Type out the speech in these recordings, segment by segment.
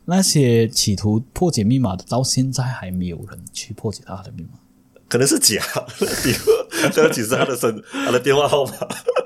那些企图破解密码的，到现在还没有人去破解他的密码， 可能是假，这只是他的电话号码。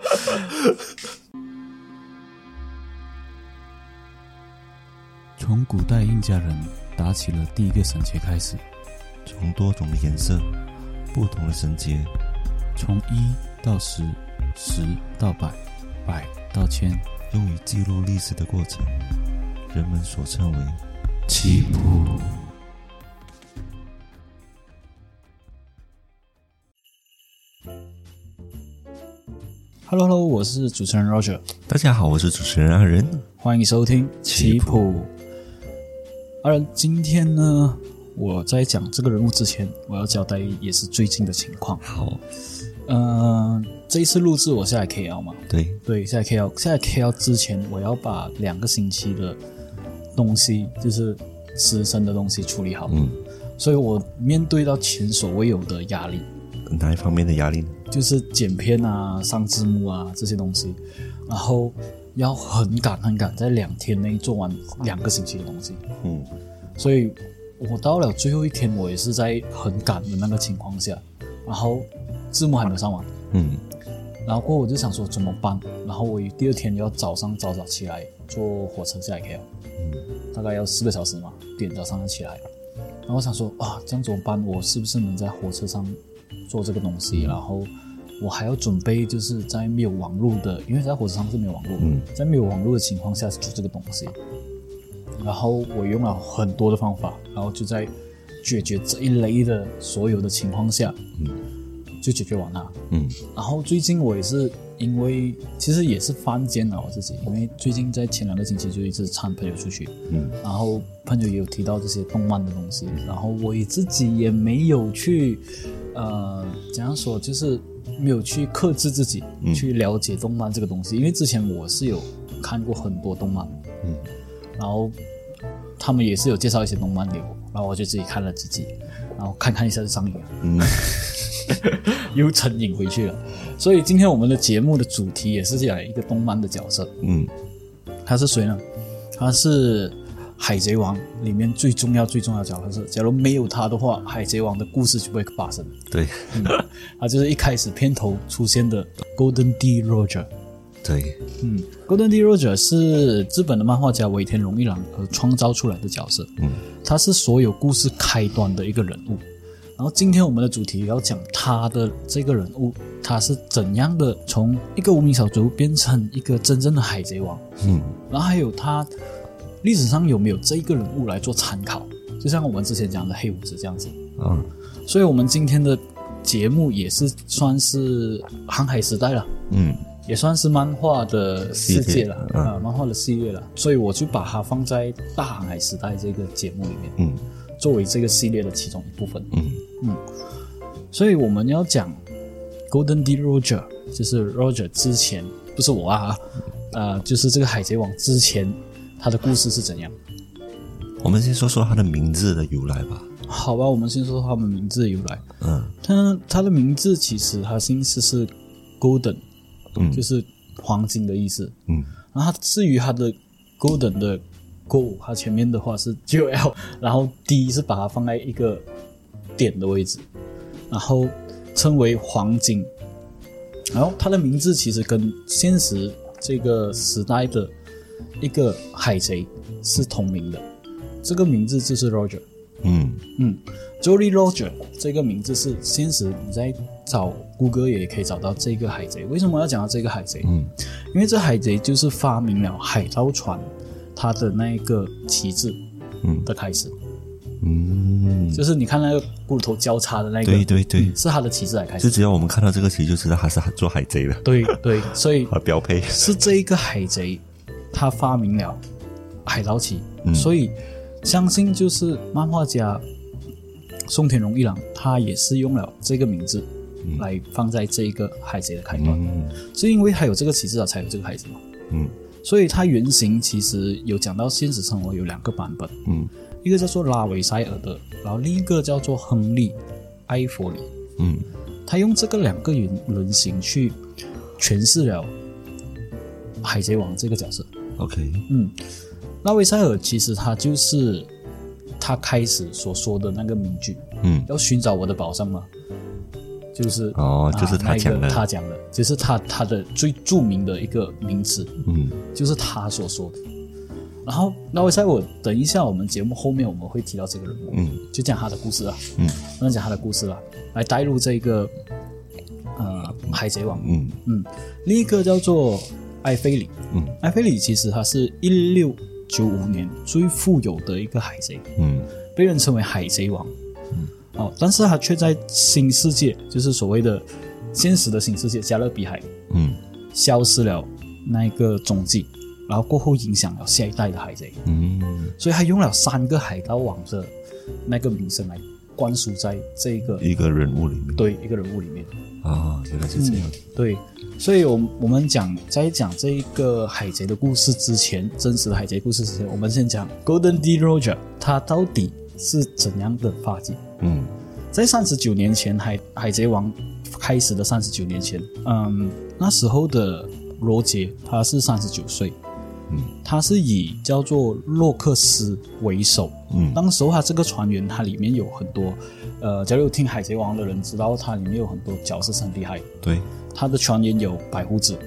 从古代印加人打起了第一个绳结开始， 从多种的颜色、不同的绳结， 从1到10，10到100，100到1000， 用于记录历史的过程，人们所称为棋谱。Hello， 我是主持人 Roger。 大家好，我是主持人阿仁， 欢迎收听棋谱。阿仁，今天呢，我在讲这个人物之前，我要交代也是最近的情况。 好， 这一次录制我下来 KL 嘛？对，下来 KL 之前，我要把2个星期的东西，就是私生的东西处理好。所以我面对到前所未有的压力。 哪一方面的压力呢？ 就是剪片啊、上字幕啊这些东西，然后要很赶，在2天内做完2个星期的东西。所以我到了最后一天，我也是在很赶的那个情况下，然后字幕还没有上完。然后过后我就想说怎么办，然后我第2天要早上早起来坐火车下来 KL，大概要4个小时嘛，点早上要起来。然后我想说这样怎么办？我是不是能在火车上做这个东西？然后我还要准备就是在没有网络的，因为在火车上是没有网络，在没有网络的情况下做这个东西。然后我用了很多的方法，然后就在解决这一类的所有的情况下，就解决完它。然后最近我也是因为其实也是犯贱了我自己，因为最近在前2个星期就一直搀朋友出去，然后朋友也有提到这些动漫的东西，然后我自己也没有去怎样说，就是没有去克制自己去了解动漫这个东西，因为之前我是有看过很多动漫，然后他们也是有介绍一些动漫给我，然后我就自己看了几集，然后看一下就上瘾了，又成瘾回去了。所以今天我们的节目的主题也是讲一个动漫的角色，他是谁呢？他是海贼王里面最重要的角色，假如没有他的话，海贼王的故事就不会发生。 对， 他就是一开始片头出现的 Golden D. Roger。对，Golden D. Roger 是日本的漫画家尾田荣一郎而创造出来的角色，他是所有故事开端的一个人物。然后今天我们的主题要讲他的这个人物，他是怎样的从一个无名小卒变成一个真正的海贼王，然后还有他历史上有没有这一个人物来做参考，就像我们之前讲的黑胡子这样子。所以我们今天的节目也是算是航海时代了，也算是漫画的世界了，漫画的系列了，所以我就把它放在大航海时代这个节目里面，作为这个系列的其中一部分。所以我们要讲 Golden D. Roger， 就是 Roger 之前，不是我就是这个海贼王之前他的故事是怎样。 我们先说说他的名字的由来吧。 好吧，我们先说说他们名字的由来。他的名字其实他姓氏是 Golden，就是黄金的意思。然后至于他的 Golden 的 Go， 它前面的话是 GOL， 然后 D 是把它放在一个点的位置，然后称为黄金。然后他的名字其实跟现实这个时代的一个海贼是同名的，这个名字就是 Roger。Jolly Roger 这个名字是现实你在找谷歌也可以找到这个海贼。为什么要讲到这个海贼？因为这海贼就是发明了海盗船它的那个旗帜的开始。就是你看那个骨头交叉的那个，对，是他的旗帜来开始。 就只要我们看到这个旗就知道他是做海贼的。 对，所以标配是这一个海贼他发明了海盗旗，所以相信就是漫画家松田荣一郎他也是用了这个名字来放在这一个海贼的开端，是因为他有这个旗帜才有这个海贼嘛。所以他原型其实有讲到现实生活有2个版本，一个叫做拉维塞尔的，然后另一个叫做亨利埃弗里。他用这个2个原型去诠释了海贼王这个角色。 拉维塞尔其实他就是他开始所说的那个名句，要寻找我的宝藏嘛，就是就是他讲的， 那个他讲的，就是他的最著名的一个名词，就是他所说的。然后拉维塞尔，等一下我们节目后面我们会提到这个人物，就讲他的故事啊，我们讲他的故事啦，来带入这个海贼王，另一个叫做埃菲里，埃菲里其实他是1695年最富有的一个海贼，被人称为海贼王，但是他却在新世界，就是所谓的现实的新世界加勒比海，消失了那个踪迹，然后过后影响了下一代的海贼，所以他用了3个海盗王的那个名声来灌输在这个一个人物里面， 对，一个人物里面原来是这样， 对，所以我们在讲这一个海贼的故事之前，真实的海贼故事之前，我们先讲 Golden D. Roger 他到底是怎样的发迹。在39年前，海贼王开始的39年前，那时候的罗杰他是39岁，他是以叫做洛克斯为首，当时候他这个船员，他里面有很多假如有听海贼王的人知道，他里面有很多角色是很厉害的。 对， 他的船员有白胡子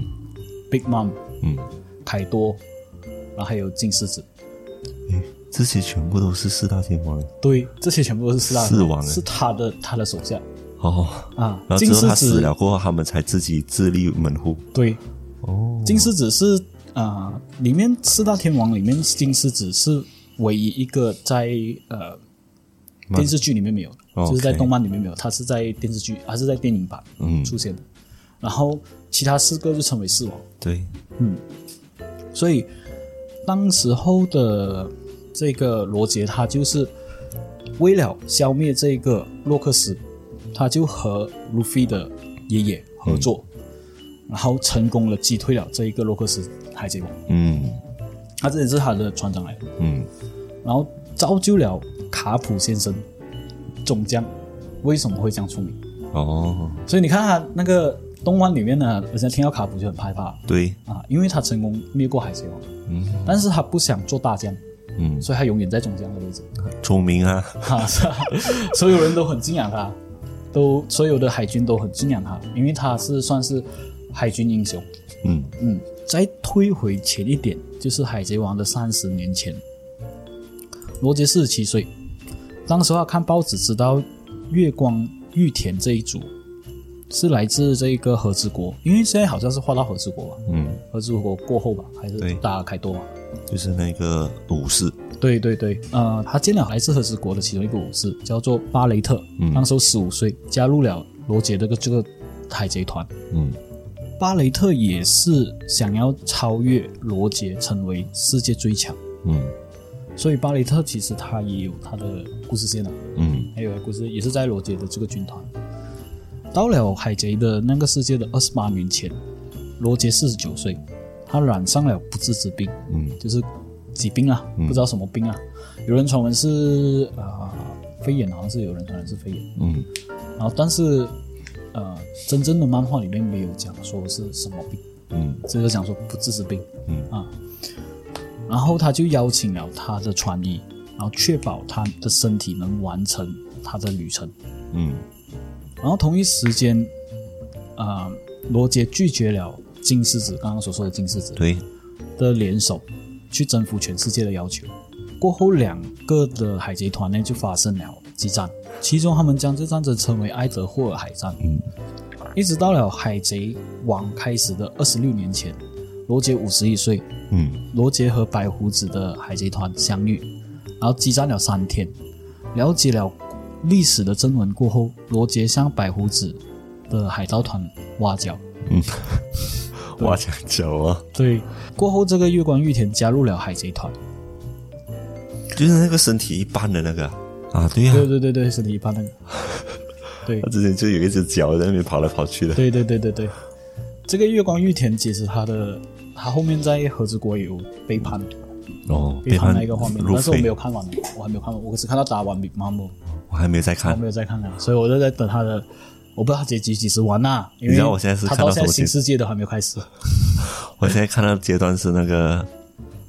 ，Big Mom，凯多，然后还有金狮子。 这些全部都是4大天王。 对，这些全部都是4大天王， 是他的手下。 然后之后他死了过后，他们才自己自立门户。 对，金狮子是里面4大天王里面，金狮子是唯一一个在电视剧里面没有的，就是在动漫里面没有，他是在电视剧还是在电影版出现的。然后其他4个就称为4王。 对， 所以当时候的这个罗杰，他就是为了消灭这个洛克斯，他就和路飞的爷爷合作，然后成功了击退了这一个洛克斯海贼王。他这也是他的船长来的。然后造就了卡普先生总将为什么会这样出名。所以你看他那个动漫里面呢，人家听到卡普就很害怕。 对因为他成功灭过海贼王，但是他不想做大将，所以他永远在总将的位置。 聪明啊！ 是啊，所有人都很敬仰他，所有的海军都很敬仰他，因为他是算是海军英雄。再推回前一点，就是海贼王的30年前，罗杰47岁，当时他看报纸知道月光玉田这一族是来自这一个和之国，因为现在好像是画到和之国吧，和之国过后吧，还是大凯多吧， 就是那个武士。 对，他见了来自和之国的其中一个武士，叫做巴雷特，当时15岁，加入了罗杰这个海贼团。巴雷特也是想要超越罗杰，成为世界最强。所以巴雷特其实他也有他的故事线了。还有故事也是在罗杰的这个军团。到了海贼的那个世界的28年前，罗杰49岁，他染上了不治之病，就是疾病啊，不知道什么病啊。有人传闻是肺炎，好像是有人传闻是肺炎。然后但是真正的漫画里面没有讲说是什么病，只是讲说不治之病。然后他就邀请了他的船医，然后确保他的身体能完成他的旅程。然后同一时间，罗杰拒绝了金狮子刚刚所说的金狮子的联手去征服全世界的要求。过后2个的海贼团呢就发生了激战，其中他们将这战争称为埃德霍尔海战。一直到了海贼王开始的26年前，罗杰51岁，罗杰和白胡子的海贼团相遇，然后激战了3天，了解了历史的真文过后，罗杰向白胡子的海盗团挖角。 挖角啊！ 对，过后这个月光玉田加入了海贼团， 就是那个身体一般的那个对呀， 对，身体一般那个。对， 他之前就有一只脚在那边跑来跑去的。 对，这个月光玉田其实他后面在和之国也有背叛。背叛那一个画面，但是我没有看完，我还没有看完，我只看到打完 Big Mom， 我还没有再看， 所以我就在等他的，我不知道他结局几时完因为你知道我现在是看到他到现在新世界都还没有开始。 我现在看到阶段是那个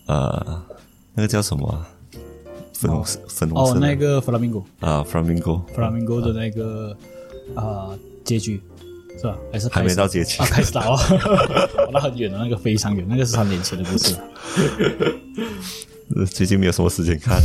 那个叫什么啊？粉红色的那个 Flamingo Flamingo 的那个结局是吧？ 还没到结局开始打那很远的，那个非常远，那个是3年前的故事。 最近没有什么时间看。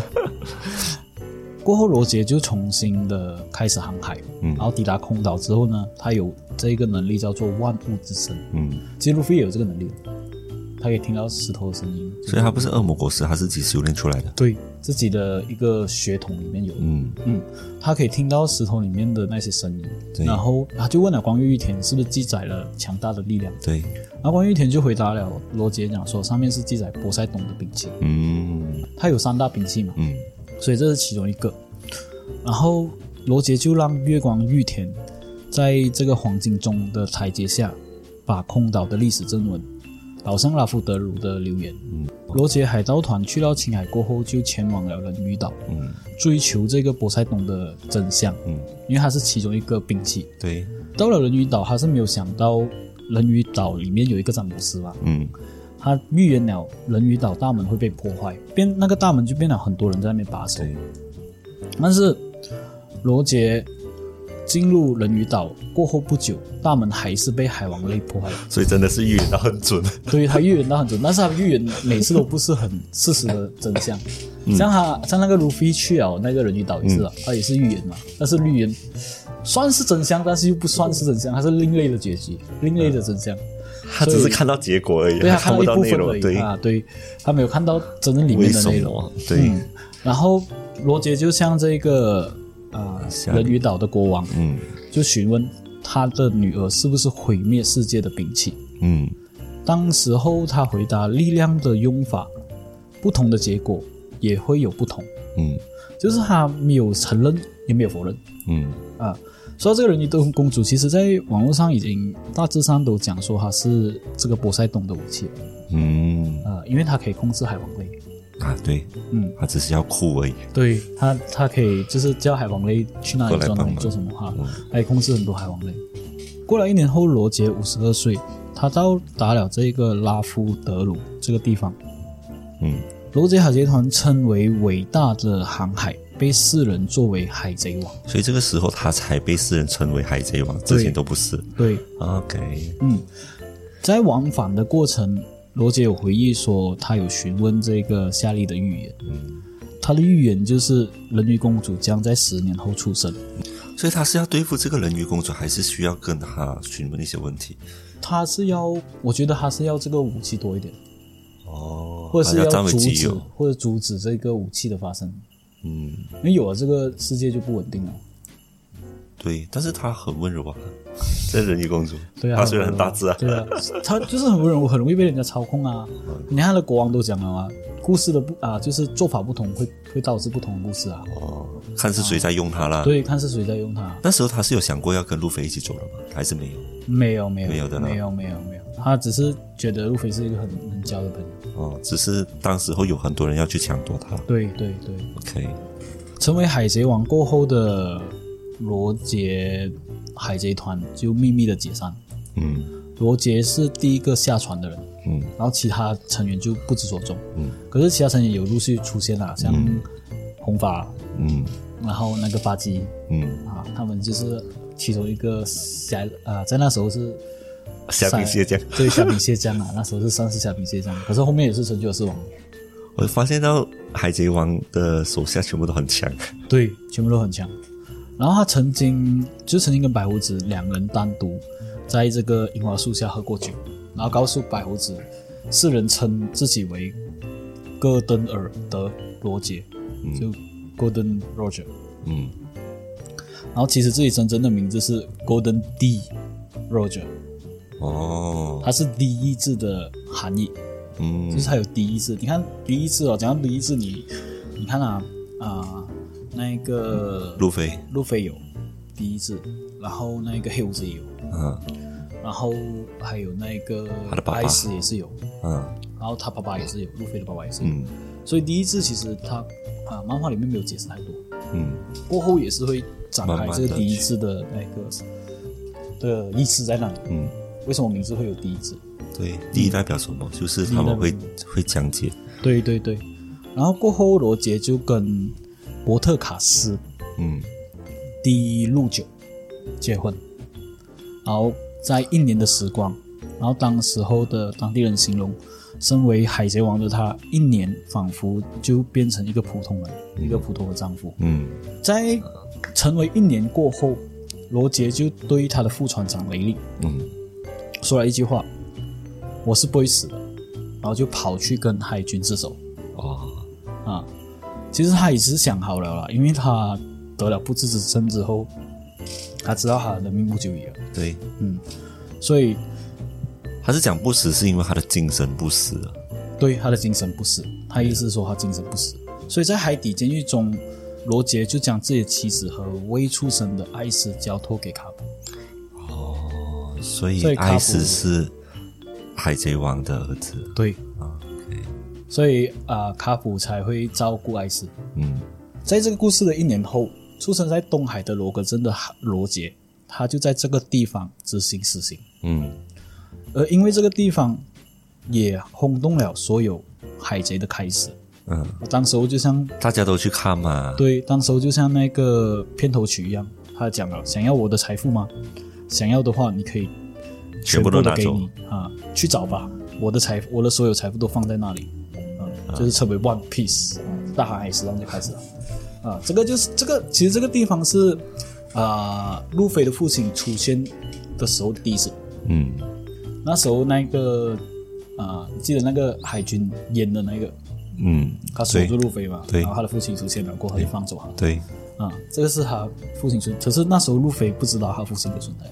过后罗杰就重新的开始航海，然后抵达空岛之后呢，他有这个能力叫做万物之声。其实路飞也有这个能力，他可以听到石头的声音。 所以他不是恶魔果实，他是自己修炼出来的。 对，自己的一个血统里面有。他可以听到石头里面的那些声音，然后他就问了光月玉田是不是记载了强大的力量。 对， 然后光月玉田就回答了罗杰讲说，上面是记载波塞冬的兵器。他有3大兵器嘛。所以这是其中一个。然后罗杰就让月光玉田在这个黄金钟的台阶下把空岛的历史正文导上拉夫德鲁的留言。罗杰海盗团去到青海过后就前往了人鱼岛，追求这个波塞冬的真相。因为它是其中一个兵器。 对， 到了人鱼岛他是没有想到人鱼岛里面有一个詹姆斯嘛。他预言了人鱼岛大门会被破坏，那个大门就变了很多人在那边把守。但是罗杰进入人鱼岛过后不久，大门还是被海王类破坏了。 所以真的是预言到很准。 对，他预言到很准，但是他预言每次都不是很事实的真相。像那个卢菲去了那个人鱼岛也是他也是预言嘛，但是预言算是真相，但是又不算是真相，它是另类的结局，另类的真相。 他只是看到结果而已， 对，他看不到内容。 对，他没有看到真正里面的内容。 对， 然后罗杰就像这个人鱼岛的国王，就询问他的女儿是不是毁灭世界的兵器。当时候他回答，力量的用法不同的结果也会有不同。就是他没有承认也没有否认。说到这个人鱼的公主，其实在网络上已经大致上都讲说她是这个波塞冬的武器了。因为她可以控制海王类。 对，她只是要哭而已。 对，她可以就是叫海王类去哪里做哪里做什么哈，她可以控制很多海王类。过了1年后，罗杰52岁，他到达了这个拉夫德鲁这个地方。罗杰海贼团称为伟大的航海，被世人作为海贼王。 所以这个时候他才被世人称为海贼王，之前都不是。 对 ，OK。 在往返的过程，罗杰有回忆说，他有询问这个夏利的预言。他的预言就是人鱼公主将在10年后出生。 所以他是要对付这个人鱼公主，还是需要跟他询问一些问题？ 我觉得他是要这个武器多一点。 或者是要阻止这个武器的发生。因为有了这个世界就不稳定了。 对，但是他很温柔啊，这人鱼公主。 对啊， 他虽然很大只啊， 对啊，他就是很温柔，很容易被人家操控啊。你看他的国王都讲了嘛，故事的就是做法不同会导致不同的故事啊。 看是谁在用他啦。 对，看是谁在用他。 那时候他是有想过要跟路飞一起走的吗？还是没有？ 没有的， 没有，他只是觉得路飞是一个很交的朋友。 只是当时候有很多人要去抢夺他。 对 OK。 成为海贼王过后的罗杰海贼团就秘密的解散。罗杰是第一个下船的人。然后其他成员就不知所踪。可是其他成员有陆续出现了，像红发，然后那个巴基，他们就是其中一个在那时候是虾兵蟹将。 对，虾兵蟹将啊，那时候是算是虾兵蟹将，可是后面也是成就狮王。 我发现到海贼王的手下全部都很强。 对，全部都很强。然后他曾经跟白胡子2人单独在这个樱花树下喝过酒，然后告诉白胡子，世人称自己为戈登尔德罗杰，就 Golden Roger。然后其实自己真正的名字是 Golden D Roger。它是 D 意志的含义。就是它有第一字。你看第一字讲到第一字，你看那个路飞有第一字，然后那个黑胡子也有，然后还有那个他的爸爸艾斯也是有，然后他爸爸也是有，路飞的爸爸也是有，所以第一字其实他漫画里面没有解释太多，过后也是会展开这个第一字的那个的意思在哪里，为什么名字会有第一字？ 对，第一代表什么？就是他们会讲解。 对对对，然后过后罗杰就跟伯特卡斯第路九结婚，然后在1年的时光，然后当时候的当地人形容身为海贼王的他1年仿佛就变成一个普通人，一个普通的丈夫。在成为1年过后，罗杰就对他的副船长雷利说了一句话，我是不会死的，然后就跑去跟海军自首。其实他也是想好了啦，因为他得了不治之症之后，他知道他的命不久矣了。 对， 所以他是讲不死是因为他的精神不死啊。 对，他的精神不死，他意思是说他精神不死。所以在海底监狱中，罗杰就将自己的妻子和未出生的艾斯交托给卡普。 所以艾斯是海贼王的儿子。 对所以卡普才会照顾艾斯。在这个故事的1年后，出生在东海的罗格镇的罗杰，他就在这个地方执行死刑。而因为这个地方也轰动了所有海贼的开始。当时候就像大家都去看嘛。 对，当时候就像那个片头曲一样，他讲了，想要我的财富吗？想要的话，你可以全部都给你去找吧。我的所有财富都放在那里。就是称为 One Piece， 大航海时代就开始了。其实这个地方是路飞的父亲出现的时候第一次。那时候那个记得那个海军演的那个他守住路飞嘛，然后他的父亲出现了过后他就放走他。 对这个是他父亲可是那时候路飞不知道他父亲的存在。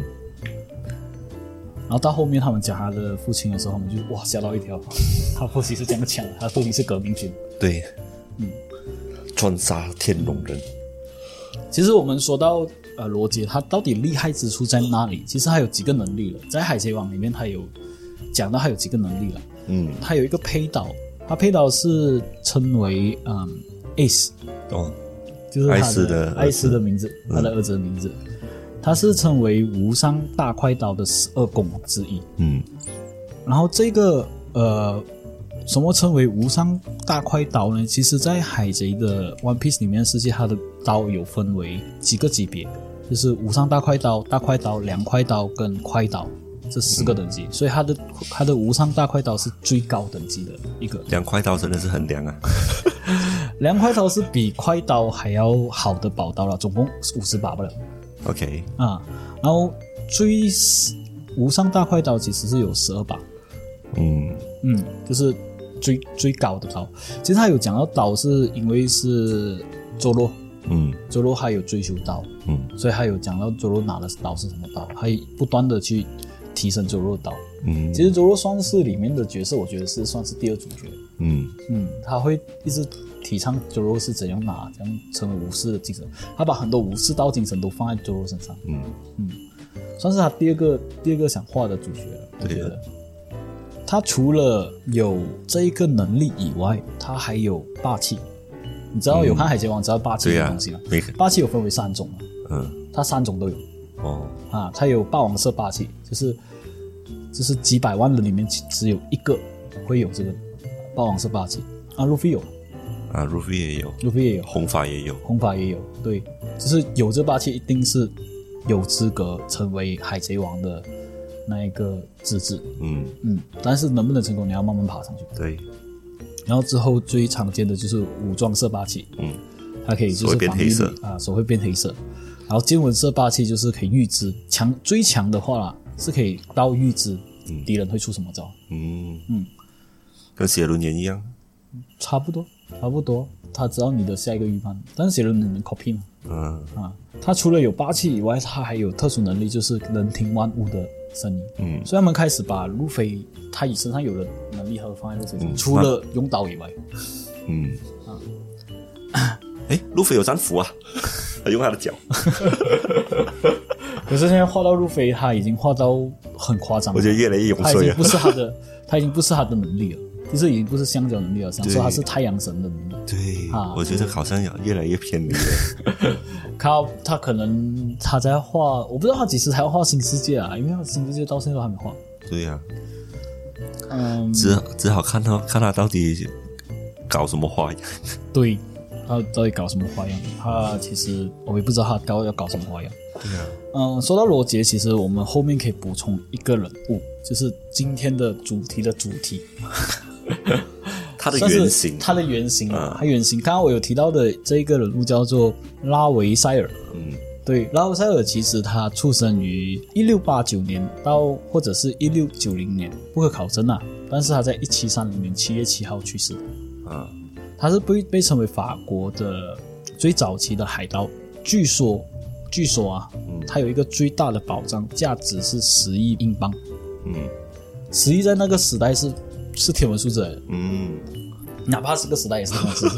然后到后面他们讲他的父亲的时候，我们就哇吓到一跳，他父亲是这样强，他父亲是革命军。对， 专杀天龙人。 其实我们说到罗杰他到底厉害之处在哪里？其实他有几个能力了，在海贼王里面他有讲到他有几个能力了。他有一个胚岛，他胚岛是称为Ace，就是他的艾斯的名字，他的儿子的名字。他是称为无伤大块岛的12公之一。然后这个什么称为无伤大块岛呢？其实在海贼的 One Piece 里面的世界，它的岛有分为几个级别，就是无伤大块岛、大块岛、2块岛跟块岛这4个等级。所以它的无伤大块岛是最高等级的一个。 2块岛真的是很凉啊。 2块岛是比块岛还要好的宝岛了，总共58罢了。 OK 然后最无伤大块岛其实是有12把。就是最高的岛。其实他有讲到岛是因为是佐罗，佐罗还有追求岛，所以他有讲到佐罗拿的岛是什么岛，他不断的去提升佐罗的岛。其实佐罗算是里面的角色，我觉得是算是第2主角。他会一直提倡佐罗是怎样怎样成为武士的精神，他把很多武士道精神都放在佐罗身上。算是他第二个想画的主角了。我觉得他除了有这一个能力以外，他还有霸气。你知道有看海贼王知道霸气的东西吗？霸气有分为3种他3种都有。他有霸王色霸气，就是几百万人里面只有1个会有这个霸王色霸气。路飞有路飞也有，红发也有。对，就是有这霸气一定是有资格成为海贼王的那一个资质。但是能不能成功你要慢慢爬上去。对，然后之后最常见的就是武装色霸气。它可以就是防御力手会变黑色。然后见闻色霸气就是可以预知最强的话啦，是可以到预知敌人会出什么招。 跟写轮眼一样。 差不多，他知道你的下一个预判，但是写轮眼能 copy 吗？他除了有霸气以外，他还有特殊能力，就是能听万物的声音。所以他们开始把路飞他身上有的能力和放在路飞身上，除了用刀以外。 路飞有战斧啊，他用他的脚。 可是现在画到路飞，他已经画到很夸张了， 我觉得越来越永垂了。 他已经不是他的能力了，其实已经不是香蕉能力了，想说他是太阳神的能力。 对，我觉得好像越来越偏离了。 他可能他在画，我不知道他几时才要画新世界啊，因为他新世界到现在都还没画。 对呀。 只好看他到底搞什么花样。 对，他到底搞什么花样？他其实我也不知道他要搞什么花样。 对啊。 说到罗杰，其实我们后面可以补充一个人物，就是今天的主题。 他的原型， 他原型。刚刚我有提到的这一个人物叫做拉维塞尔。对，拉维塞尔其实他出生于1689年到或者是1690年，不可考证啊。但是他在1730年7月7号去世。他是被称为法国的最早期的海盗。据说啊，他有一个最大的宝藏，价值是10亿英镑。10亿在那个时代是天文数字来的。哪怕是个时代也是天文数字。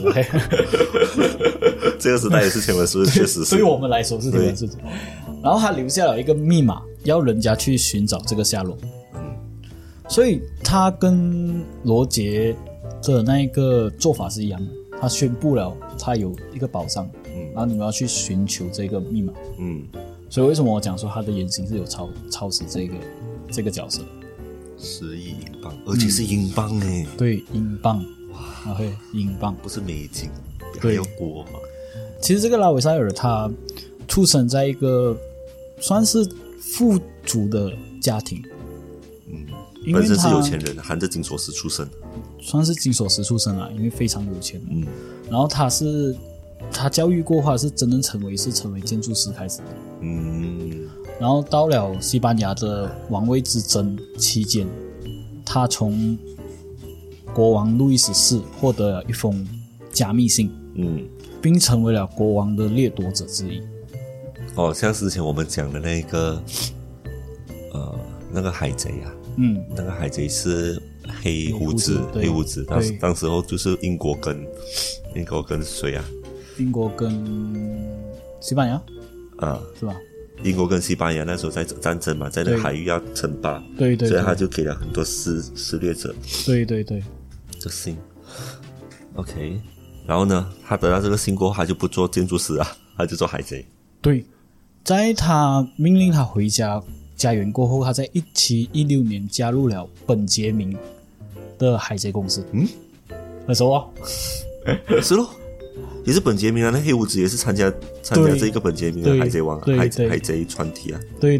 这个时代也是天文数字，确实是。 对于我们来说是天文数字。然后他留下了一个密码，要人家去寻找这个下落。所以他跟罗杰的那个做法是一样的，他宣布了他有一个宝藏，然后你们要去寻求这个密码。所以为什么我讲说他的原型是有抄袭这个角色 ？10亿英镑，而且是英镑诶。 对，英镑。OK， 英镑不是美金，还有国嘛。 其实这个拉维塞尔他出生在一个算是富足的家庭。 本身是有钱人，含着金锁匙出生， 算是金锁匙出生啦，因为非常有钱。然后他教育过后是真正成为建筑师开始的。然后到了西班牙的王位之争期间，他从国王路易14获得了一封加密信，并成为了国王的掠夺者之一。 像之前我们讲的那个那个海贼啊，那个海贼是黑胡子，当时候就是英国跟谁啊？ 英国跟西班牙是吧？ 英国跟西班牙那时候在战争嘛，在那个海域要称霸， 对， 所以他就给了很多施掠者， 对的信。OK， 然后呢，他得到这个信过后，他就不做建筑师啊，他就做海贼。对， 在他命令他回家园过后，他在1716年加入了本杰明的海贼公司。很熟啊。 是咯，也是本杰明啊，那黑胡子也是参加这个本杰明的海贼王海贼团体啊。 对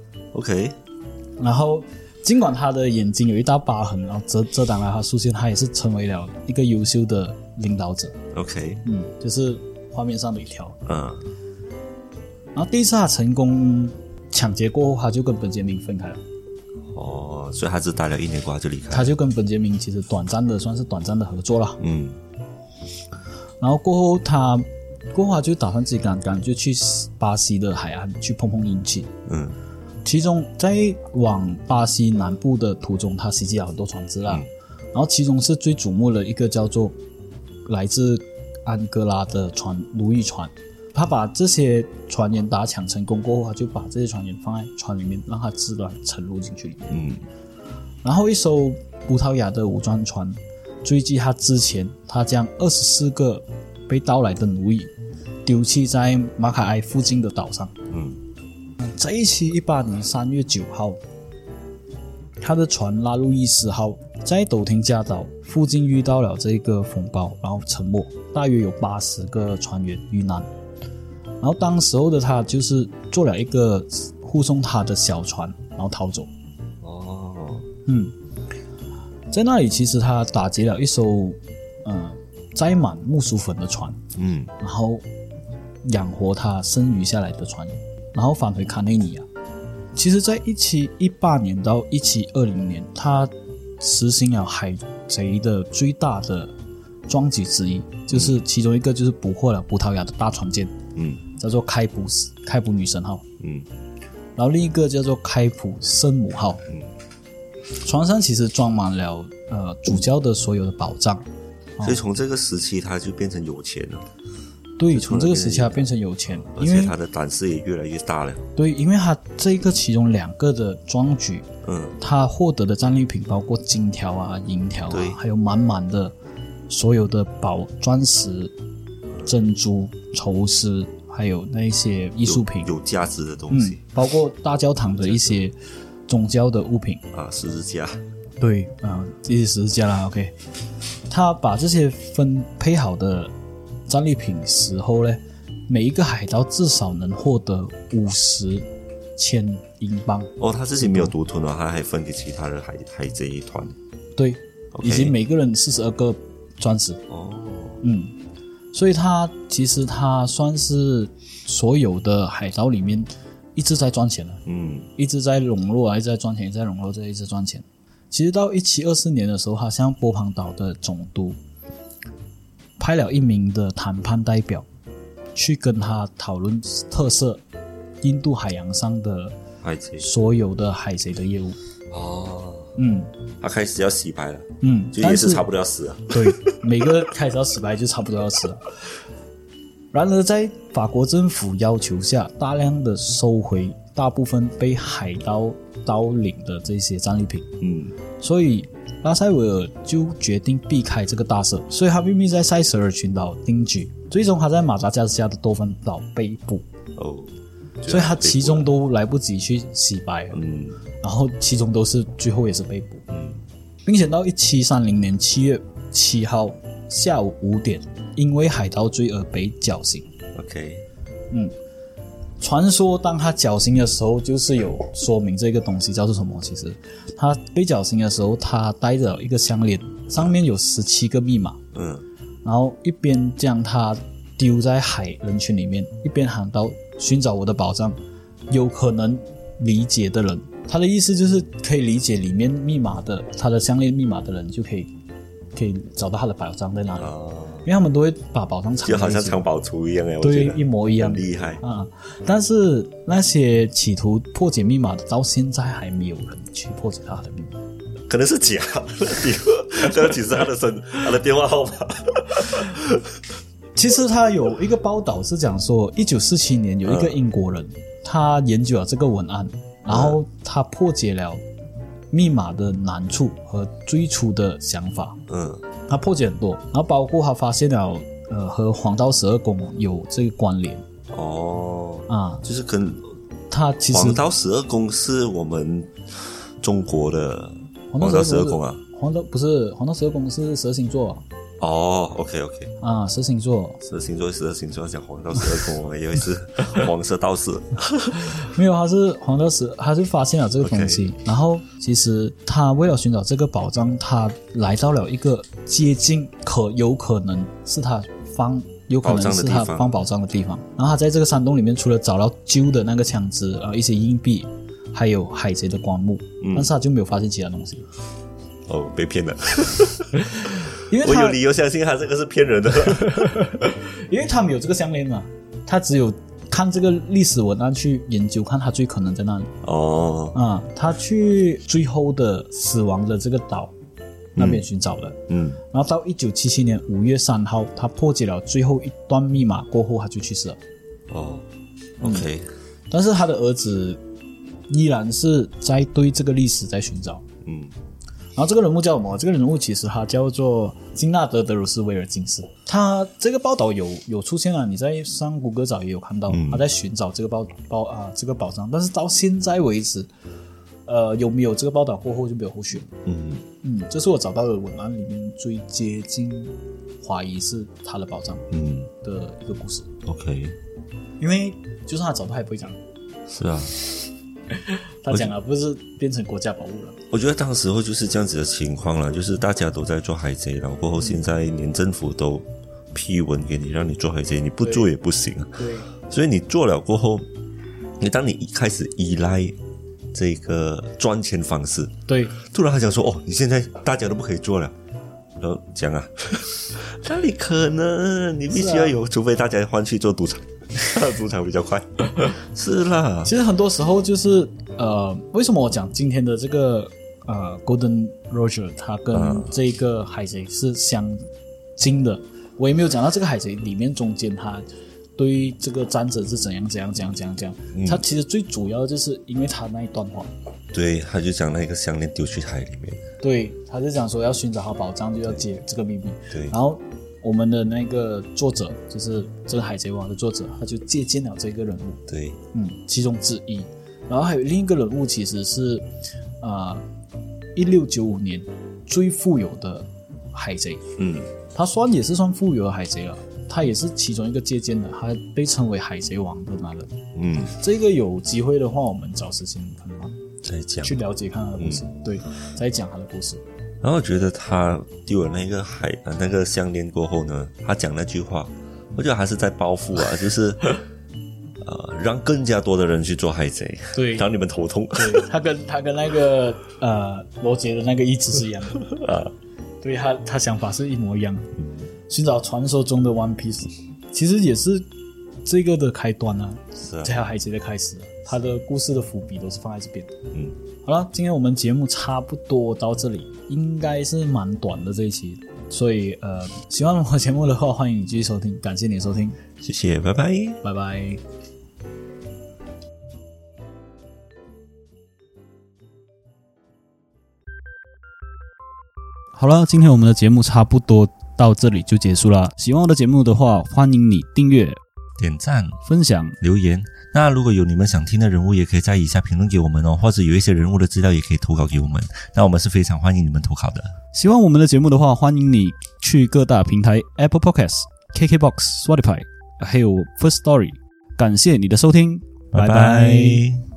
OK， 然后尽管他的眼睛有一道疤痕，然后遮挡了他视线，他也是成为了一个优秀的领导者。 OK， 就是画面上的一条。然后第一次他成功抢劫过后，他就跟本杰明分开了。 所以他只待了1年过后就离开了。 他就跟本杰明其实算是短暂的合作了。然后过后他就打算自己赶就去巴西的海岸去碰运气。其中在往巴西南部的途中，他袭击了很多船只啦。然后其中是最瞩目的一个叫做来自安哥拉的奴役船。他把这些船员打抢成功过后，他就把这些船员放在船里面，让他自然沉入进去里面。然后一艘葡萄牙的武装船追击他之前，他将24个被盗来的奴役丢弃在马卡埃附近的岛上。在1718年3月9号，他的船拉路易斯号在斗廷加岛附近遇到了这个风暴，然后沉没，大约有80个船员遇难。然后当时候的他就是做了一个护送他的小船，然后逃走。在那里其实他打劫了一艘载满木薯粉的船，然后养活他剩余下来的船员，然后返回卡内尼亚。其实在1718年到1720年，他实行了海贼的最大的壮举之一，就是其中一个就是捕获了葡萄牙的大船舰，叫做开普女神号，然后另一个叫做开普圣母号。船上其实装满了主教的所有的宝藏。 所以从这个时期他就变成有钱了。 对，从这个时期他变成有钱， 而且他的胆识也越来越大了。 对，因为他这个其中2个的壮举，他获得的战利品包括金条啊、银条啊，还有满满的所有的钻石、珍珠、绸丝，还有那些艺术品， 有价值的东西， 包括大教堂的一些宗教的物品十字架。 对啊，这些十字架啦 OK。 他把这些分配好的战利品时候呢，每一个海盗至少能获得50,000英镑。 哦，他自己没有独吞啊，他还分给其他的海贼团。 对， okay. 以及每个人42个钻石。 哦， 所以其实他算是所有的海盗里面一直在赚钱的，一直在笼络啊，一直在赚钱，一直在笼络，一直赚钱。其实到1724年的时候，好像波旁岛的总督派了一名的谈判代表去跟他讨论特色印度海洋上的海贼所有的海贼的业务。 哦，他开始要洗白了，就也是差不多要死了。 对，每个开始要洗白就差不多要死了。然而在法国政府要求下，大量的收回大部分被海盗盗领的这些战利品。所以拉塞维尔就决定避开这个大赦，所以他秘密在塞舌尔群岛定居，最终他在马达加斯加的多芬岛被捕。所以他其中都来不及去洗白，然后其中都是最后也是被捕，并且到1730年7月7号下午5点，因为海盗罪而被绞刑。 OK， 传说当他绞刑的时候，就是有说明这个东西叫做什么。其实他被绞刑的时候，他带着一个项链，上面有17个密码，然后一边将它丢在海人群里面，一边喊到寻找我的宝藏，有可能理解的人，他的意思就是可以理解里面密码的他的项链密码的人就可以找到他的宝藏在哪里，因为他们都会把宝藏藏在一起， 就好像藏宝图一样耶， 对，一模一样， 很厉害但是那些企图破解密码的，到现在还没有人去破解他的密码， 可能是假的，这其实他的电话号码。 其实他有一个报道是讲说1947年有一个英国人，他研究了这个文案，然后他破解了密码的难处和最初的想法，他破解很多，然后包括他发现了和黄道12宫有这个关联。 就是跟他其实黄道12宫是我们中国的黄道12宫啊， 黄道12宫是蛇星座。 OK 蛇星座讲黄道12宫，我以为是黄色道士。 没有，他是黄道10，他就发现了这个东西，然后其实他为了寻找这个宝藏，他来到了一个接近有可能是他放宝藏的地方，然后他在这个山洞里面，除了找到旧的那个枪支一些硬币，还有海贼的棺木，但是他就没有发现其他东西。 被骗了。 因为我有理由相信他这个是骗人的。 因为他没有这个项链嘛，他只有看这个历史文案去研究，看他最可能在那里。他去最后的死亡的这个岛那边寻找了。然后到1977年5月3号，他破解了最后一段密码过后，他就去世了。 OK。 但是他的儿子依然是在对这个历史在寻找。然后这个人物叫什么？这个人物其实他叫做金纳德·德鲁斯维尔金斯。他这个报道有出现了，你在上谷歌找也有看到，他在寻找这个这个宝藏，但是到现在为止，有没有这个报道过后就没有后续了。这是我找到的文案里面最接近怀疑是他的宝藏的一个故事。 OK， 因为就算他找到，他也不会讲。 是啊。 他讲了，不是变成国家宝物了。 我觉得当时候就是这样子的情况了，就是大家都在做海贼，然后过后现在连政府都批文给你，让你做海贼，你不做也不行。 对， 所以你做了过后，当你一开始依赖这个赚钱方式， 对， 突然他讲说你现在大家都不可以做了，然后讲哪里可能？你必须要有，除非大家换去做赌场。赌场比较快。是啦， 其实很多时候就是为什么我讲今天的这个Golden Roger 他跟这个海贼是相近的，我也没有讲到这个海贼里面中间他对这个战争是怎样，他其实最主要就是因为他那一段话， 对，他就讲那个项链丢去海里面， 对，他就讲说要寻找好宝藏就要解这个秘密， 对， 然后我们的那个作者就是这个海贼王的作者，他就借鉴了这个人物， 对， 其中之一。然后还有另一个人物其实是 1695年最富有的海贼。他也是算富有的海贼了，他也是其中一个借鉴的，他被称为海贼王的那人。这个有机会的话，我们找时间可能再讲， 去了解看他的故事。对，再讲他的故事。 然后我觉得他丢了那个项链过后呢，他讲那句话，我觉得还是在报复啊，就是让更加多的人去做海贼， 对， 让你们头痛。 对，他跟那个罗杰的那个意志是一样的对，他想法是一模一样的。寻找传说中的 One Piece 其实也是这个的开端啊，这条海贼的开始，他的故事的伏笔都是放在这边。好了，今天我们节目差不多到这里，应该是蛮短的这一期，所以喜欢我节目的话，欢迎你继续收听，感谢你的收听， 谢谢，拜拜， 拜拜。好了，今天我们的节目差不多到这里就结束了。喜欢我的节目的话，欢迎你订阅、 点赞、 分享、 留言。那如果有你们想听的人物，也可以在以下评论给我们哦，或者有一些人物的资料也可以投稿给我们，那我们是非常欢迎你们投稿的。 喜欢我们的节目的话，欢迎你去各大平台 Apple Podcasts、KKBox、Spotify 还有 First Story。感谢你的收听，拜拜。